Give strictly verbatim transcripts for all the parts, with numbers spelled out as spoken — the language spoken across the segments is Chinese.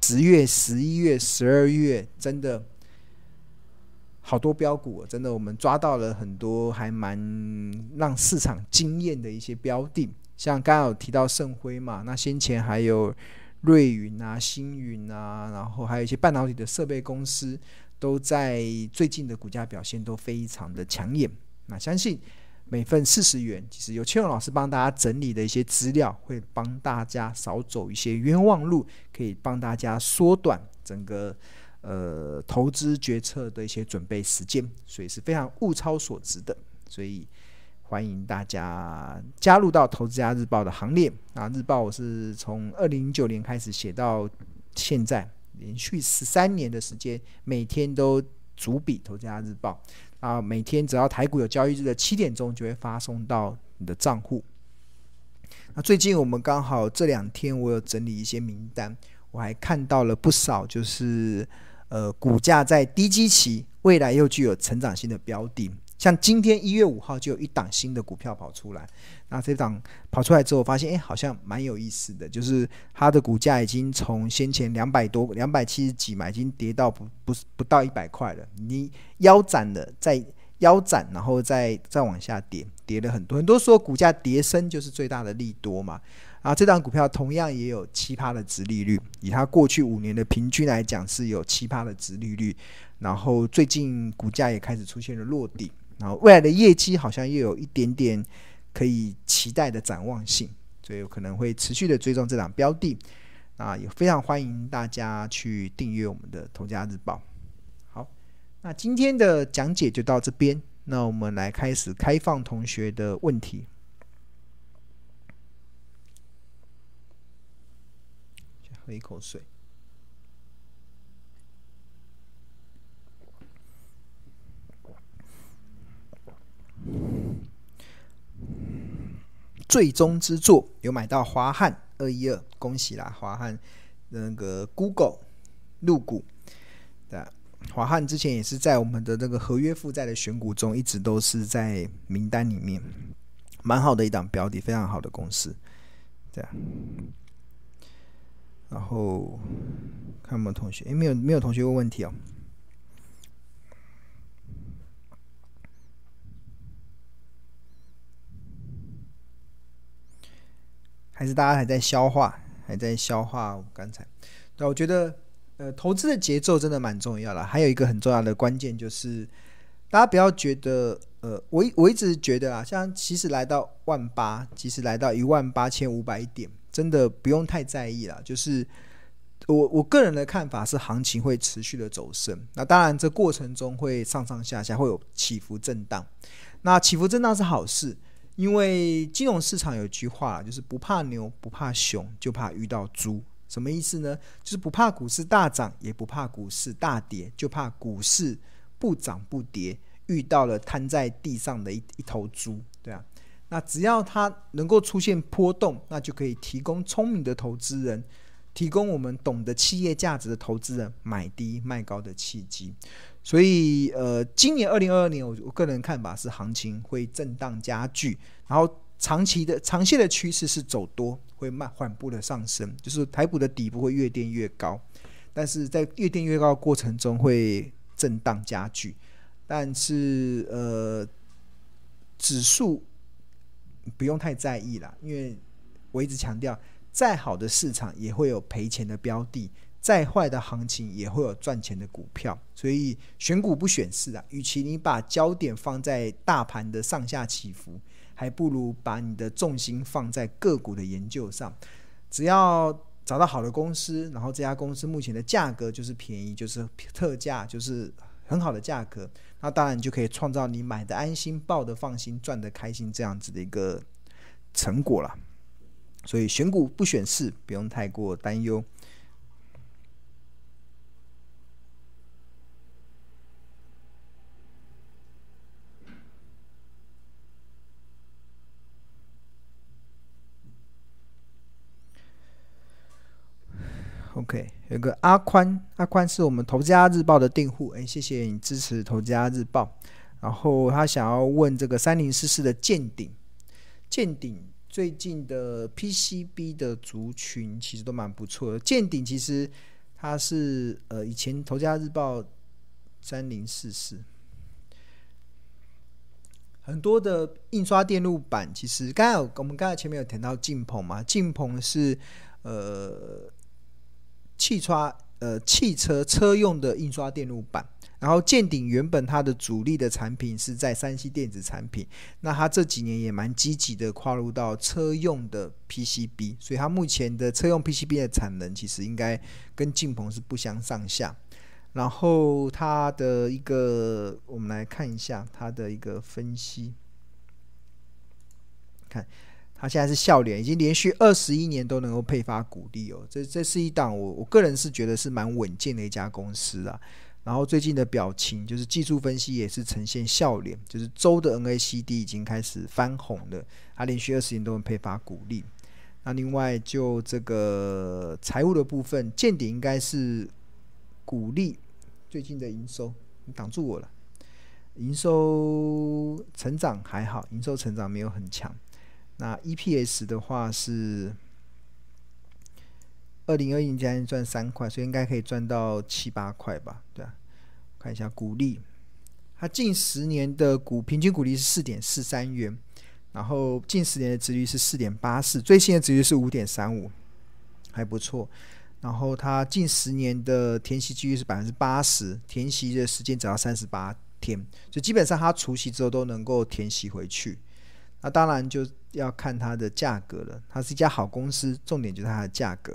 十月、十一月、十二月，真的好多标股，真的我们抓到了很多还蛮让市场惊艳的一些标的，像刚刚有提到盛辉嘛，那先前还有瑞云啊、星云啊，然后还有一些半导体的设备公司，都在最近的股价表现都非常的抢眼。那相信每份四十元，其实有千荣老师帮大家整理的一些资料，会帮大家少走一些冤枉路，可以帮大家缩短整个呃投资决策的一些准备时间，所以是非常物超所值的。所以欢迎大家加入到投资家日报的行列。那日报我是从二零零九年开始写到现在，连续十三年的时间，每天都主笔投资家日报。啊，每天只要台股有交易日的七点钟就会发送到你的账户。那最近我们刚好这两天我有整理一些名单，我还看到了不少就是呃股价在低基期，未来又具有成长性的标的。像今天一月五号就有一档新的股票跑出来，那这档跑出来之后，我发现哎，好像蛮有意思的，就是它的股价已经从先前两百多、两百七十几嘛，已经跌到不不不到一百块了。你腰斩了，再腰斩，然后再再往下跌，跌了很多。很多说股价跌升就是最大的利多嘛。啊，这档股票同样也有 百分之七 的殖利率，以它过去五年的平均来讲是有 百分之七 的殖利率，然后最近股价也开始出现了落底。然后未来的业绩好像又有一点点可以期待的展望性，所以有可能会持续的追踪这档标的。那也非常欢迎大家去订阅我们的投资家日报。好，那今天的讲解就到这边，那我们来开始开放同学的问题。先喝一口水。最终之作有买到华汉二一二，恭喜啦！华汉那个 Google 入股，对，华汉之前也是在我们的那个合约负债的选股中，一直都是在名单里面，蛮好的一档标的，非常好的公司，对。然后看有没有同学，诶，没有没有同学问问题哦。还是大家还在消化，还在消化我刚才。对，我觉得呃，投资的节奏真的蛮重要的。还有一个很重要的关键就是，大家不要觉得呃，我我一直觉得啊，像其实来到万八，其实来到一万八千五百点，真的不用太在意啦。就是我我个人的看法是，行情会持续的走升。那当然，这过程中会上上下下，会有起伏震荡。那起伏震荡是好事。因为金融市场有一句话，就是不怕牛不怕熊，就怕遇到猪。什么意思呢？就是不怕股市大涨，也不怕股市大跌，就怕股市不涨不跌，遇到了瘫在地上的 一, 一头猪，对啊。那只要它能够出现波动，那就可以提供聪明的投资人，提供我们懂得企业价值的投资人买低卖高的契机。所以呃，今年二零二二年，我我个人看法是行情会震荡加剧，然后长期的长线的趋势是走多，会慢缓步的上升，就是台股的底部会越垫越高，但是在越垫越高的过程中会震荡加剧，但是呃，指数不用太在意啦，因为我一直强调，再好的市场也会有赔钱的标的。再坏的行情也会有赚钱的股票，所以选股不选市啊。与其你把焦点放在大盘的上下起伏，还不如把你的重心放在个股的研究上。只要找到好的公司，然后这家公司目前的价格就是便宜，就是特价，就是很好的价格，那当然你就可以创造你买的安心、抱的放心、赚的开心这样子的一个成果啦。所以选股不选市，不用太过担忧。OK， 有个阿宽，阿宽是我们投资家日报的订户，哎，谢谢你支持投资家日报。然后他想要问这个三零四四的见顶，见顶最近的 P C B 的族群其实都蛮不错的。见顶其实它是呃以前头家日报三零四四。很多的印刷电路板，其实刚才有我们刚才前面有谈到晋鹏嘛，晋鹏是呃汽车呃汽车车用的印刷电路板，然后健鼎原本它的主力的产品是在三 C 电子产品，那它这几年也蛮积极的跨入到车用的 P C B， 所以它目前的车用 P C B 的产能其实应该跟晋鹏是不相上下。然后它的一个，我们来看一下它的一个分析。看，它现在是笑脸，已经连续二十一年都能够配发股利哦。这这是一档我我个人是觉得是蛮稳健的一家公司啦。然后最近的表情就是技术分析也是呈现笑脸，就是周的 N A C D 已经开始翻红了，它连续二十年都能配发股利。那另外就这个财务的部分，健鼎应该是股利最近的营收，你挡住我了。营收成长还好，营收成长没有很强。那 E P S 的话是二零二一年赚三块，所以应该可以赚到七八块吧？对啊，看一下股利，它近十年的股平均股利是四点四三元，然后近十年的殖利率是四点八四，最新的殖利率是五点三五，还不错。然后它近十年的填息几率是百分之八十，填息的时间只要三十八天，所以基本上它除息之后都能够填息回去。那当然就要看它的价格了，它是一家好公司，重点就是它的价格。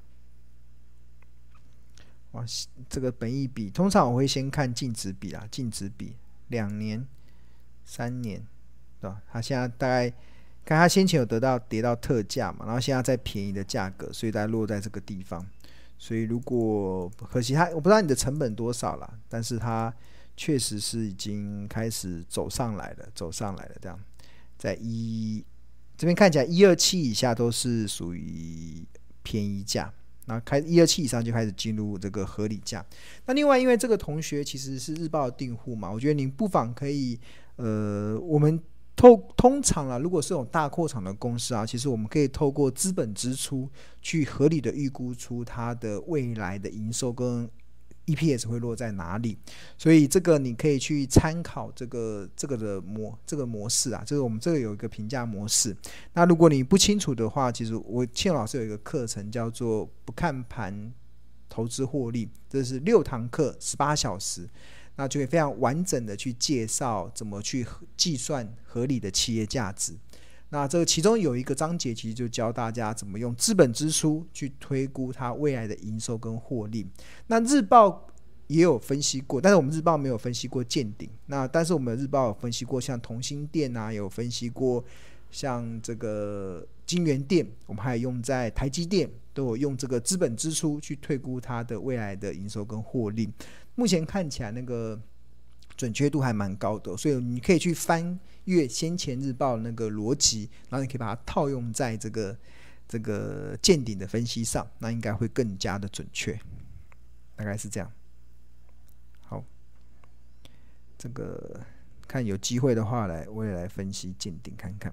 哇，这个本益比通常我会先看净值比啦，净值比两年、三年，对吧？它现在大概看它先前有得到跌到特价嘛，然后现在在便宜的价格，所以大概落在这个地方。所以如果可惜它，我不知道你的成本多少啦，但是它确实是已经开始走上来了，走上来了这样。在一这边看起来一二七以下都是属于便宜价。然后开一二七以上就开始进入这个合理价。那另外，因为这个同学其实是日报的订户嘛，我觉得您不妨可以，呃，我们透通常啦，如果是这种大扩厂的公司啊，其实我们可以透过资本支出去合理的预估出它的未来的营收跟 E P S 会落在哪里。所以这个你可以去参考这个这个的模这个模式啊，就是我们这个有一个评价模式。那如果你不清楚的话，其实我庆老师有一个课程叫做不看盘投资获利，这是六堂课十八小时，那就可以非常完整的去介绍怎么去计算合理的企业价值。那这个其中有一个章节其实就教大家怎么用资本支出去推估它未来的营收跟获利。那日报也有分析过，但是我们日报没有分析过健鼎。那但是我们日报有分析过像同心电啊，有分析过像这个金源电，我们还有用在台积电，都有用这个资本支出去推估它的未来的营收跟获利。目前看起来那个准确度还蛮高的，所以你可以去翻阅先前日报的那个逻辑，然后你可以把它套用在这个这个健鼎的分析上，那应该会更加的准确，大概是这样。好，这个看有机会的话来，我也来分析健鼎看看。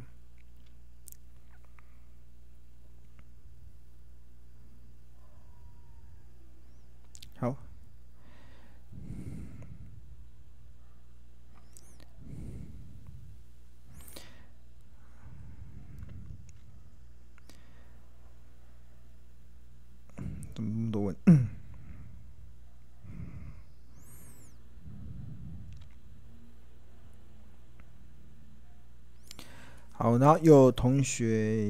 好。怎么那么多问？好，然后有同学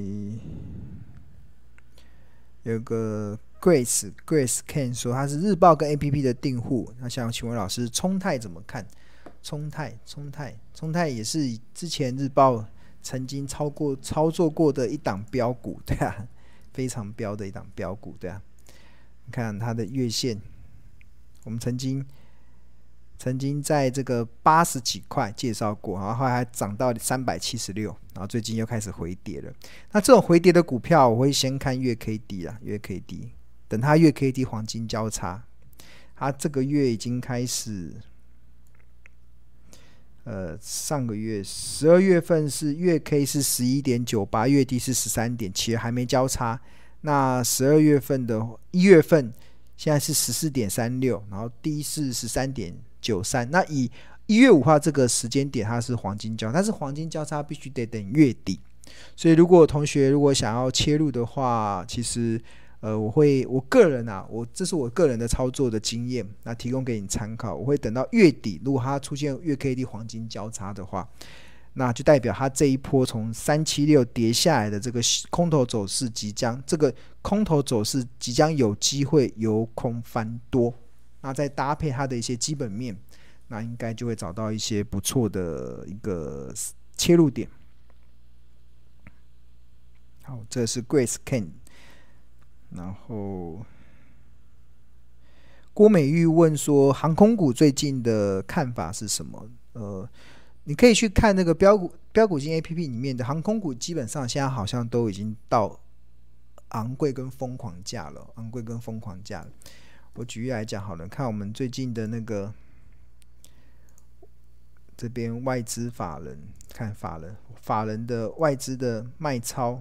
有个 Grace Grace Ken 说他是日报跟 A P P 的订户，那想请问老师，冲泰怎么看？冲泰冲泰冲泰也是之前日报曾经超过操作过的一档标股，对啊，非常标的一档标股，对啊。你看它的月线，我们曾经曾经在这个八十几块介绍过，然后后来还涨到三百七十六，然后最近又开始回跌了。那这种回跌的股票，我会先看月 K D 啊，月 K D， 等它月 K D 黄金交叉，它这个月已经开始，呃，上个月十二月份是月 K 是 十一点九八， 月低是 十三点七， 还没交叉。那十二月份的一月份现在是 十四点三六， 然后低是 十三点九三。 那以一月五号这个时间点它是黄金交叉，但是黄金交叉必须得等月底，所以如果同学如果想要切入的话，其实呃，我会我个人啊，我这是我个人的操作的经验，那提供给你参考。我会等到月底，如果它出现月 K D 黄金交叉的话，那就代表它这一波从三七六跌下来的这个空头走势即将，这个空头走势即将有机会由空翻多，那再搭配它的一些基本面，那应该就会找到一些不错的一个切入点。好，这是 Grace Ken， 然后郭美玉问说航空股最近的看法是什么？呃。你可以去看那个标股标股金 A P P 里面的航空股，基本上现在好像都已经到昂贵跟疯狂价了，昂贵跟疯狂价了。我举例来讲好了，看我们最近的那个这边外资法人，看法人法人的外资的卖超，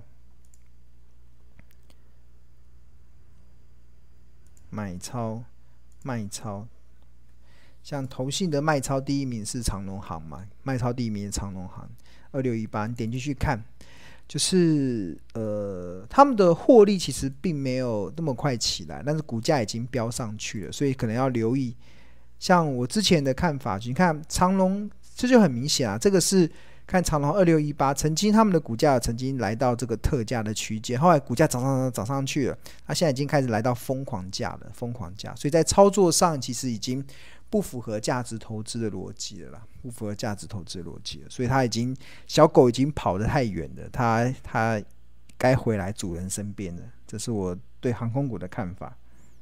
买超，卖超。像投信的卖超第一名是长荣航嘛，卖超第一名是长荣航二六一八，你点进去看，就是呃他们的获利其实并没有那么快起来，但是股价已经飙上去了，所以可能要留意。像我之前的看法，你看长荣这就很明显啊，这个是看长荣二六一八，曾经他们的股价曾经来到这个特价的区间，后来股价涨上涨上去了，它现在已经开始来到疯狂价了，疯狂价，所以在操作上其实已经不符合价值投资的逻辑了啦，不符合价值投资的逻辑了，所以它已经小狗已经跑得太远了，它它该回来主人身边了，这是我对航空股的看法。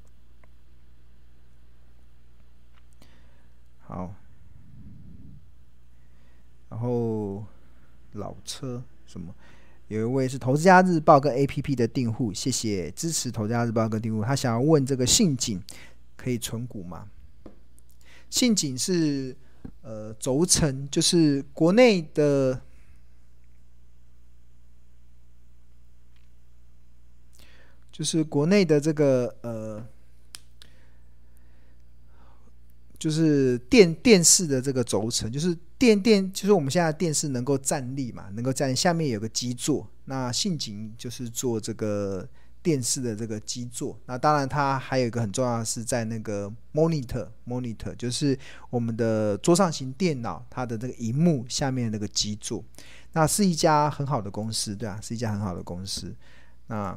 好，然后老车什么？有一位是投资家日报跟 A P P 的订户，谢谢支持投资家日报跟订户，他想要问这个信锦可以存股吗？信锦是呃轴承，就是国内的，就是国内的这个呃，就是电电视的这个轴承，就是电电，就是我们现在电视能够站立嘛，能够站立，下面有个基座，那信锦就是做这个电视的这个基座，那当然它还有一个很重要的是在那个 monitor monitor 就是我们的桌上型电脑它的这个萤幕下面的那个基座，那是一家很好的公司，对啊，是一家很好的公司。那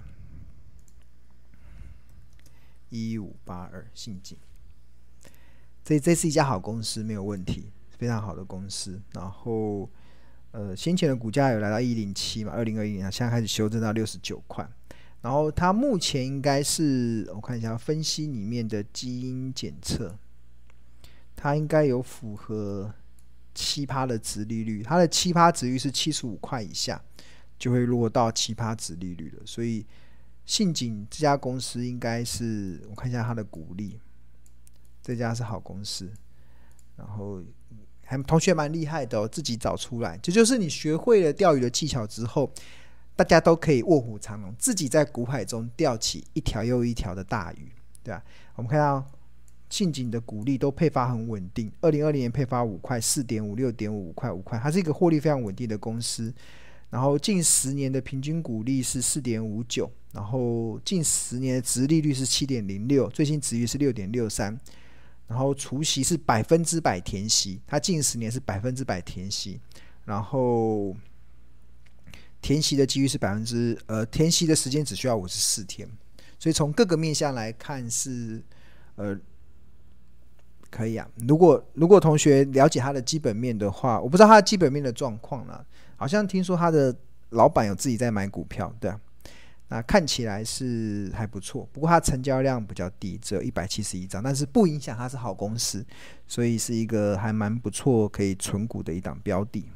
一五八二信锦，这这是一家好公司，没有问题，非常好的公司。然后呃，先前的股价有来到一零七嘛，二零二一年现在开始修正到六十九块。然后它目前应该是我看一下分析里面的基因检测，它应该有符合 百分之七 的殖利率，它的 百分之七 殖利率是七十五块以下就会落到 百分之七 殖利率了，所以信锦这家公司应该是我看一下它的股利，这家是好公司，然后还同学蛮厉害的哦，自己找出来，这就是你学会了钓鱼的技巧之后，大家都可以卧虎藏龙，自己在股海中钓起一条又一条的大鱼，对吧？我们看到信锦的股利都配发很稳定，二零二零年配发五块、四点五、六点五、五块、五块，它是一个获利非常稳定的公司。然后近十年的平均股利是 四点五九， 然后近十年的殖利率是 七点零六， 最新殖利率是 六点六三， 然后除息是百分之百填息，它近十年是百分之百填息，然后填息的几率是百分之呃填息的时间只需要五十四天，所以从各个面向来看是呃可以啊。如果如果同学了解他的基本面的话，我不知道他的基本面的状况啦，好像听说他的老板有自己在买股票，对啊，那看起来是还不错，不过它成交量比较低，只有一百七十一张，但是不影响它是好公司，所以是一个还蛮不错可以存股的一档标的，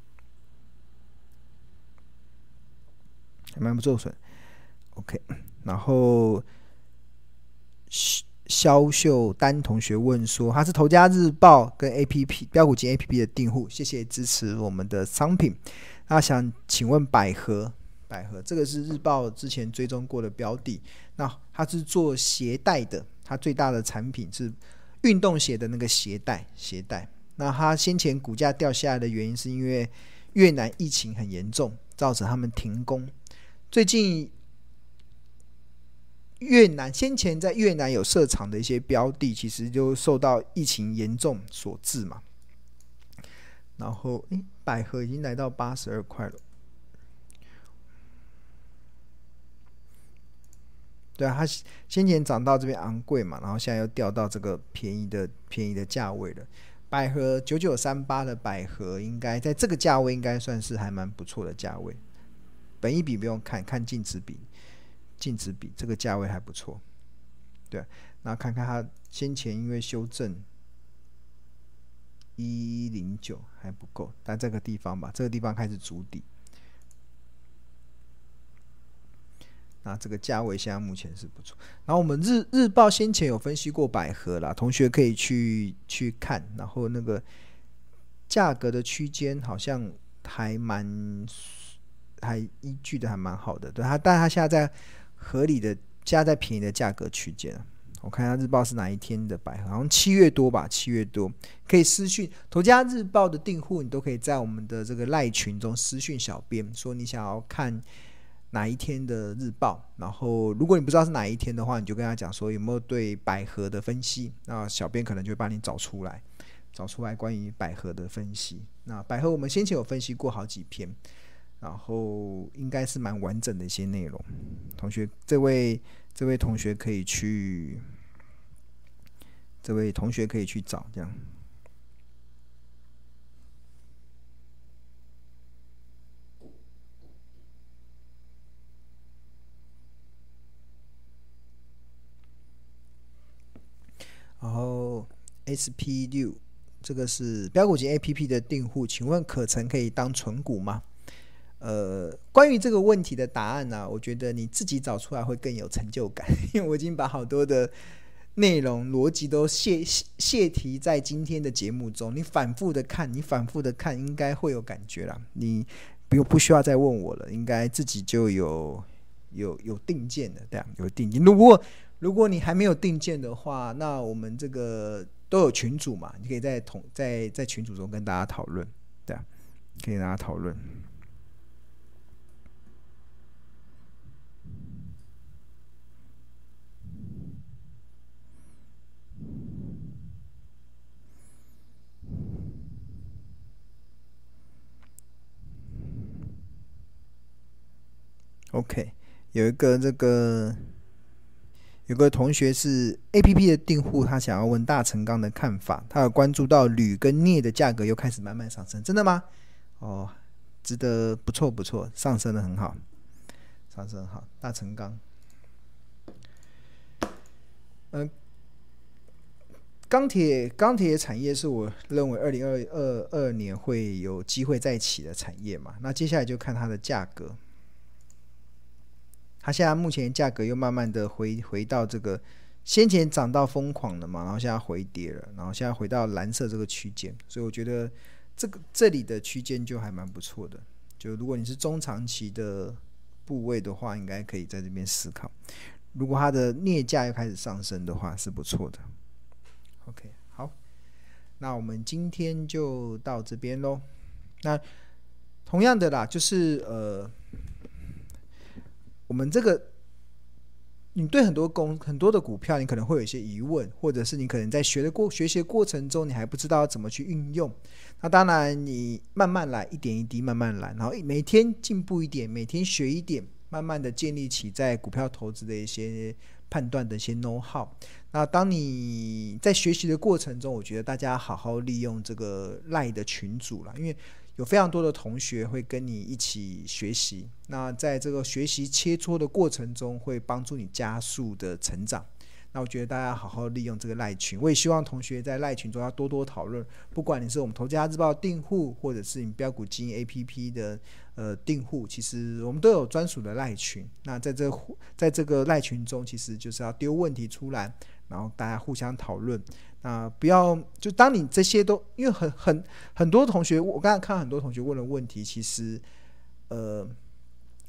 还蛮不错存。OK， 然后肖秀丹同学问说，他是头家日报跟 A P P 标股金 A P P 的订户，谢谢支持我们的商品。他想请问百合，百合这个是日报之前追踪过的标的，那它是做鞋带的， 它最大的产品是运动鞋的那个鞋带，鞋带。那它先前股价掉下来的原因是因为越南疫情很严重，造成他们停工。最近越南先前在越南有设厂的一些标的，其实就受到疫情严重所致嘛。然后，诶，百合已经来到八十二块了。对啊，它先前涨到这边昂贵嘛，然后现在又掉到这个便宜的便宜的价位了。百合九九三八的百合，应该在这个价位应该算是还蛮不错的价位。本益比不用看，看净值比，净值比这个价位还不错。对，然后看看它先前因为修正一零九还不够，但这个地方吧，这个地方开始筑底。那这个价位现在目前是不错。然后我们日日报先前有分析过百合啦，同学可以去去看。然后那个价格的区间好像还蛮还依据的还蛮好的，对它，但它现在在合理的、现在在便宜的价格区间。我看一下日报是哪一天的百合，好像七月多吧，七月多可以私讯头家日报的订户，你都可以在我们的这个赖群中私讯小编，说你想要看哪一天的日报，然后如果你不知道是哪一天的话，你就跟他讲说有没有对百合的分析，那小编可能就会帮你找出来，找出来关于百合的分析。那百合我们先前有分析过好几篇，然后应该是蛮完整的一些内容。同学，这位这位同学可以去，这位同学可以去找这样。然后 S P 六 这个是标股金 A P P 的订户，请问可曾可以当存股吗？呃，关于这个问题的答案呢、啊，我觉得你自己找出来会更有成就感，因为我已经把好多的内容逻辑都泄泄题在今天的节目中，你反复的看，你反复的看，应该会有感觉啦。你不不需要再问我了，应该自己就有有有定见的，对啊，有定见。如果如果你还没有定见的话，那我们这个都有群组嘛，你可以在同在在群组中跟大家讨论，对啊，可以跟大家讨论。OK， 有一个这个有个同学是 A P P 的订户，他想要问大成钢的看法。他有关注到铝跟镍的价格又开始慢慢上升，真的吗？哦，值得，不错不错，上升的很好，上升很好。大成钢，嗯、呃，钢铁钢铁产业是我认为二零二二年会有机会再起的产业嘛。那接下来就看它的价格。它现在目前价格又慢慢的回回到这个先前涨到疯狂了嘛，然后现在回跌了，然后现在回到蓝色这个区间，所以我觉得这个这里的区间就还蛮不错的。就如果你是中长期的部位的话，应该可以在这边思考。如果它的镍价又开始上升的话，是不错的。OK， 好，那我们今天就到这边咯。那同样的啦，就是呃。我们这个，你对很多公很多的股票，你可能会有一些疑问，或者是你可能在学的过学习的过程中，你还不知道怎么去运用。那当然，你慢慢来，一点一滴慢慢来，然后每天进步一点，每天学一点，慢慢的建立起在股票投资的一些判断的一些 know how。那当你在学习的过程中，我觉得大家好好利用这个 LINE 的群组啦，因为有非常多的同学会跟你一起学习，那在这个学习切磋的过程中，会帮助你加速的成长。那我觉得大家好好利用这个赖群，我也希望同学在赖群中要多多讨论，不管你是我们投家日报订户，或者是你标股基金 A P P 的呃订户，其实我们都有专属的赖群。那在这在这个赖群中，其实就是要丢问题出来，然后大家互相讨论。那不要就当你这些都，因为很很很多同学，我刚才看很多同学问的问题，其实呃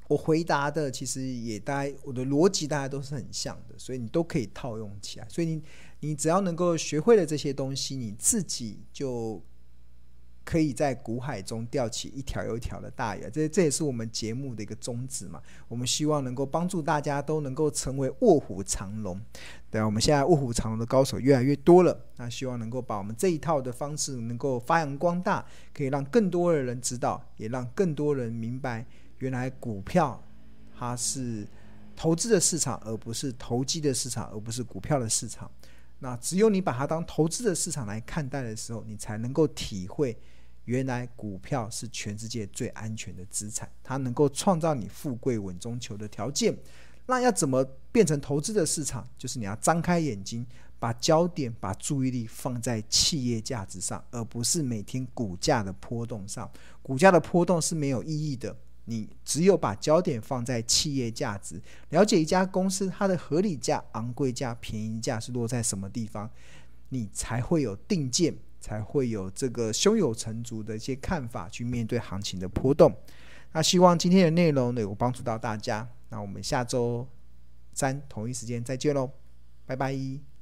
我回答的其实也大概我的逻辑大家都是很像的，所以你都可以套用起来。所以你你只要能够学会了这些东西，你自己就可以在股海中钓起一条又一条的大鱼。这这也是我们节目的一个宗旨嘛，我们希望能够帮助大家都能够成为卧虎藏龙。对啊，我们现在卧虎藏龙的高手越来越多了，那希望能够把我们这一套的方式能够发扬光大，可以让更多的人知道，也让更多人明白原来股票它是投资的市场，而不是投机的市场，而不是股票的市场。那只有你把它当投资的市场来看待的时候，你才能够体会原来股票是全世界最安全的资产，它能够创造你富贵稳中求的条件。那要怎么变成投资的市场？就是你要张开眼睛，把焦点把注意力放在企业价值上，而不是每天股价的波动上。股价的波动是没有意义的，你只有把焦点放在企业价值，了解一家公司它的合理价、昂贵价、便宜价是落在什么地方，你才会有定见，才会有这个胸有成竹的一些看法去面对行情的波动。那希望今天的内容有帮助到大家，那我们下周三同一时间再见咯，拜拜。